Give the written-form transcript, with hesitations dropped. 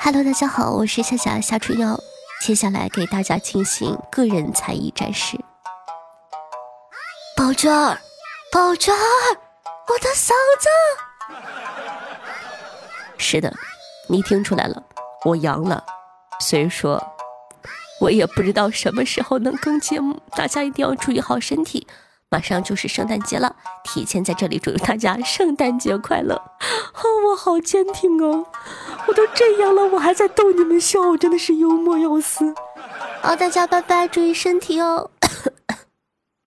Hello， 大家好，我是夏夏夏春瑶，接下来给大家进行个人才艺展示。宝娟儿，宝娟儿，我的嗓子！是的，你听出来了，我阳了。所以说，我也不知道什么时候能更节目，大家一定要注意好身体。马上就是圣诞节了，提前在这里祝大家圣诞节快乐！我好坚挺哦，我都这样了，我还在逗你们笑，真的是幽默要死。大家拜拜，注意身体哦。